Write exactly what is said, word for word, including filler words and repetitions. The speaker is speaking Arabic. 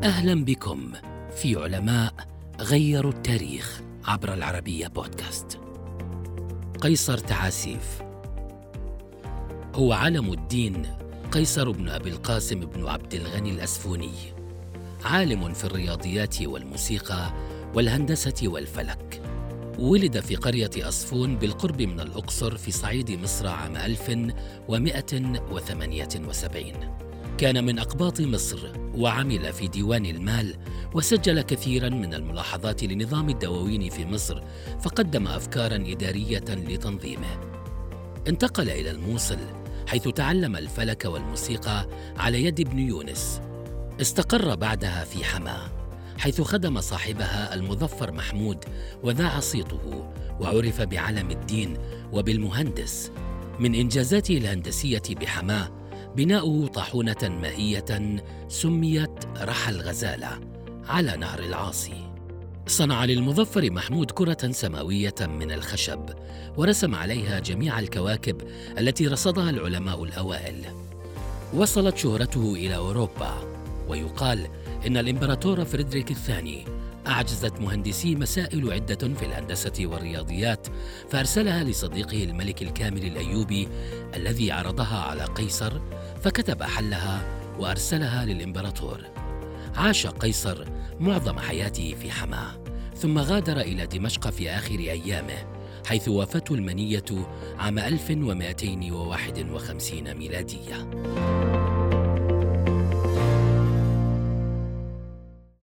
أهلا بكم في علماء غيروا التاريخ عبر العربية بودكاست. قيصر تعاسيف هو علم الدين قيصر بن أبي القاسم بن عبد الغني الأسفوني، عالم في الرياضيات والموسيقى والهندسة والفلك. ولد في قرية أصفون بالقرب من الأقصر في صعيد مصر عام ألف ومئة وثمانية وسبعين. كان من أقباط مصر وعمل في ديوان المال، وسجل كثيراً من الملاحظات لنظام الدواوين في مصر، فقدم أفكاراً إدارية لتنظيمه. انتقل إلى الموصل حيث تعلم الفلك والموسيقى على يد ابن يونس. استقر بعدها في حماة حيث خدم صاحبها المظفر محمود وذاع صيته، وعرف بعلم الدين وبالمهندس. من إنجازاته الهندسية بحماة بناؤه طاحونة مائية سميت رحى الغزالة على نهر العاصي. صنع للمظفر محمود كرة سماوية من الخشب، ورسم عليها جميع الكواكب التي رصدها العلماء الأوائل. وصلت شهرته إلى أوروبا، ويقال إن الإمبراطور فريدريك الثاني أعجزت مهندسي مسائل عدة في الهندسة والرياضيات، فأرسلها لصديقه الملك الكامل الأيوبي الذي عرضها على قيصر، فكتب حلها وأرسلها للإمبراطور. عاش قيصر معظم حياته في حماة، ثم غادر إلى دمشق في آخر أيامه، حيث وافته المنية عام ألف ومئتين وواحد وخمسين ميلادية.